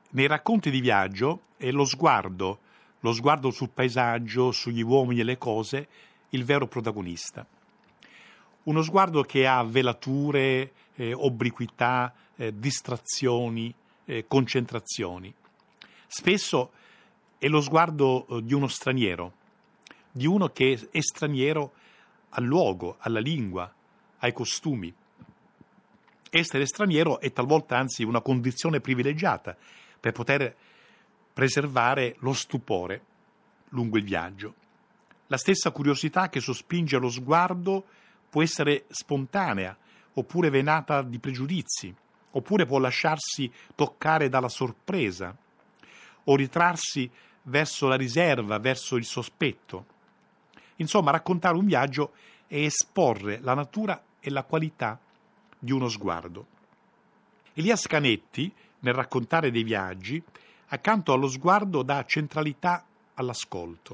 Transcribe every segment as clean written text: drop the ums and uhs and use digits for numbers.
Nei racconti di viaggio è lo sguardo sul paesaggio, sugli uomini e le cose, il vero protagonista. Uno sguardo che ha velature, obliquità, distrazioni, concentrazioni. Spesso è lo sguardo di uno straniero, di uno che è straniero al luogo, alla lingua, ai costumi. Essere straniero è talvolta anzi una condizione privilegiata per poter preservare lo stupore lungo il viaggio. La stessa curiosità che sospinge lo sguardo può essere spontanea, oppure venata di pregiudizi, oppure può lasciarsi toccare dalla sorpresa, o ritrarsi verso la riserva, verso il sospetto. Insomma, raccontare un viaggio è esporre la natura e la qualità di uno sguardo. Elias Canetti, nel raccontare dei viaggi, accanto allo sguardo dà centralità all'ascolto.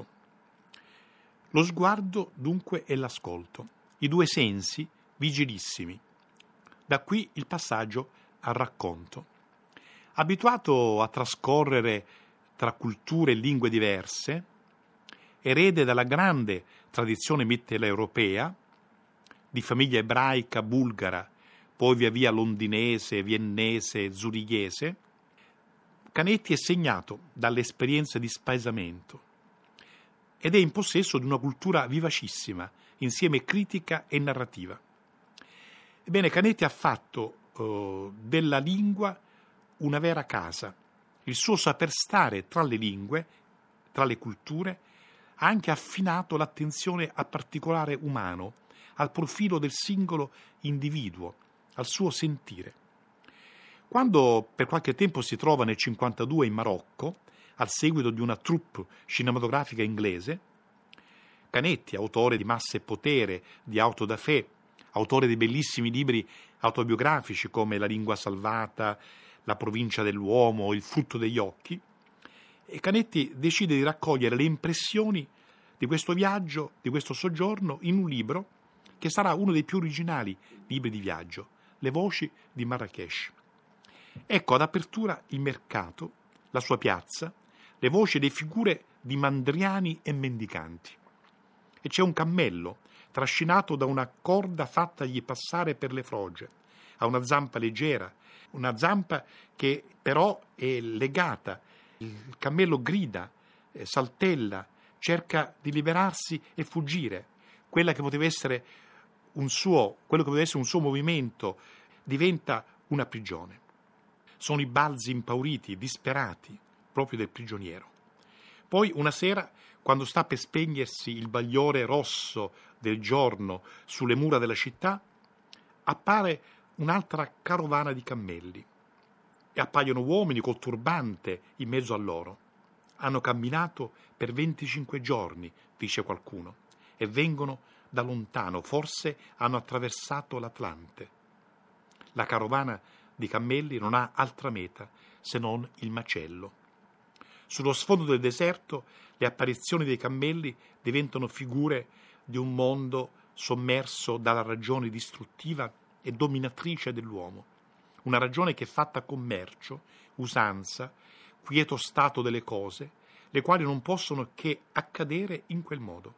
Lo sguardo, dunque, è l'ascolto, i due sensi vigilissimi. Da qui il passaggio al racconto. Abituato a trascorrere tra culture e lingue diverse, erede dalla grande tradizione mitteleuropea, di famiglia ebraica, bulgara, poi via via londinese, viennese, zurighese, Canetti è segnato dalle esperienze di spaesamento ed è in possesso di una cultura vivacissima, insieme critica e narrativa. Ebbene, Canetti ha fatto della lingua una vera casa. Il suo saper stare tra le lingue, tra le culture, ha anche affinato l'attenzione al particolare umano, al profilo del singolo individuo, al suo sentire. Quando per qualche tempo si trova nel 1952 in Marocco, al seguito di una troupe cinematografica inglese, Canetti, autore di Massa e Potere, di Auto da Fè, autore di bellissimi libri autobiografici come La lingua salvata, La provincia dell'uomo, Il frutto degli occhi, e Canetti decide di raccogliere le impressioni di questo viaggio, di questo soggiorno, in un libro che sarà uno dei più originali libri di viaggio, Le voci di Marrakech. Ecco ad apertura il mercato, la sua piazza, le voci e le figure di mandriani e mendicanti. E c'è un cammello trascinato da una corda fattagli passare per le froge. Ha una zampa leggera, una zampa che però è legata. Il cammello grida, saltella, cerca di liberarsi e fuggire. Quello che poteva essere un suo movimento diventa una prigione. Sono i balzi impauriti, disperati, proprio del prigioniero. Poi una sera, quando sta per spegnersi il bagliore rosso del giorno sulle mura della città, appare un'altra carovana di cammelli e appaiono uomini col turbante in mezzo a loro. Hanno camminato per 25 giorni, dice qualcuno, e vengono da lontano, forse hanno attraversato l'Atlante. La carovana di cammelli non ha altra meta se non il macello. Sullo sfondo del deserto le apparizioni dei cammelli diventano figure di un mondo sommerso dalla ragione distruttiva e dominatrice dell'uomo. Una ragione che è fatta commercio, usanza, quieto stato delle cose, le quali non possono che accadere in quel modo.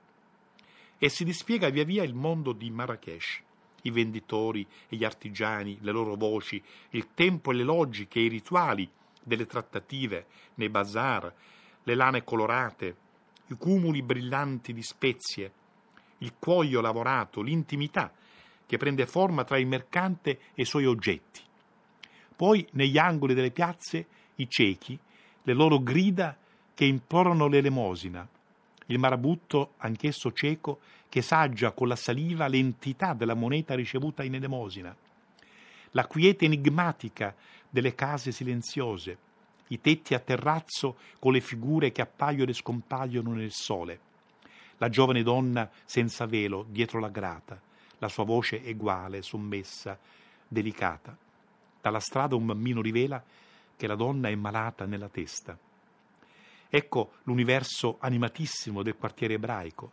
E si dispiega via via il mondo di Marrakech, i venditori e gli artigiani, le loro voci, il tempo e le logiche, i rituali delle trattative nei bazar, le lane colorate, i cumuli brillanti di spezie, il cuoio lavorato, l'intimità che prende forma tra il mercante e i suoi oggetti. Poi negli angoli delle piazze i ciechi, le loro grida che implorano l'elemosina, il marabutto, anch'esso cieco, che saggia con la saliva l'entità della moneta ricevuta in elemosina, la quiete enigmatica delle case silenziose, i tetti a terrazzo con le figure che appaiono e scompaiono nel sole, la giovane donna senza velo dietro la grata, la sua voce eguale, sommessa, delicata. Dalla strada un bambino rivela che la donna è malata nella testa. Ecco l'universo animatissimo del quartiere ebraico.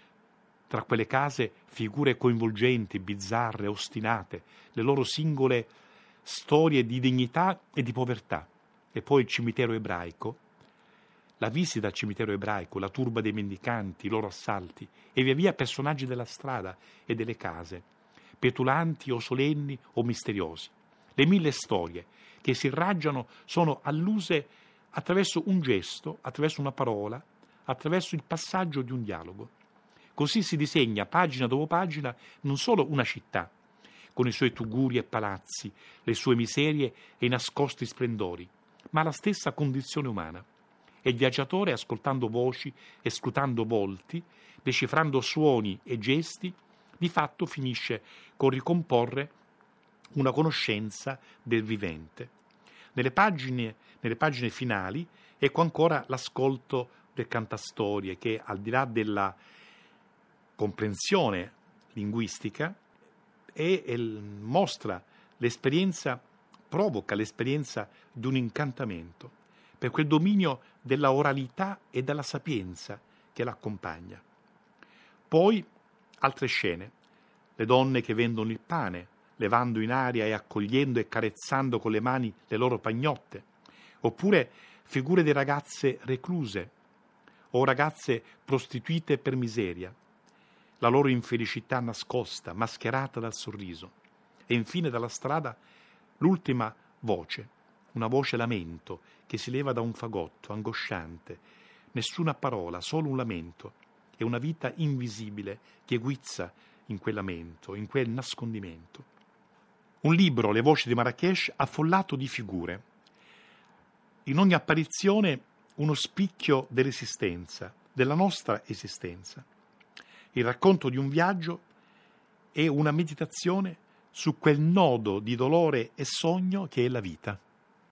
Tra quelle case figure coinvolgenti, bizzarre, ostinate, le loro singole storie di dignità e di povertà, e poi il cimitero ebraico, la visita al cimitero ebraico, la turba dei mendicanti, i loro assalti e via via personaggi della strada e delle case, petulanti o solenni o misteriosi. Le 1000 storie che si irraggiano sono alluse attraverso un gesto, attraverso una parola, attraverso il passaggio di un dialogo. Così si disegna, pagina dopo pagina, non solo una città, con i suoi tuguri e palazzi, le sue miserie e i nascosti splendori, ma la stessa condizione umana. E il viaggiatore, ascoltando voci e scrutando volti, decifrando suoni e gesti, di fatto finisce con ricomporre una conoscenza del vivente. Nelle pagine finali ecco ancora l'ascolto del cantastorie che, al di là della comprensione linguistica, mostra l'esperienza, provoca l'esperienza di un incantamento, per quel dominio della oralità e della sapienza che l'accompagna. Poi altre scene, le donne che vendono il pane, levando in aria e accogliendo e carezzando con le mani le loro pagnotte, oppure figure di ragazze recluse o ragazze prostituite per miseria, la loro infelicità nascosta, mascherata dal sorriso, e infine dalla strada l'ultima voce, una voce lamento che si leva da un fagotto, angosciante, nessuna parola, solo un lamento e una vita invisibile che guizza in quel lamento, in quel nascondimento. Un libro, Le voci di Marrakech, affollato di figure. In ogni apparizione uno spicchio dell'esistenza, della nostra esistenza. Il racconto di un viaggio è una meditazione su quel nodo di dolore e sogno che è la vita.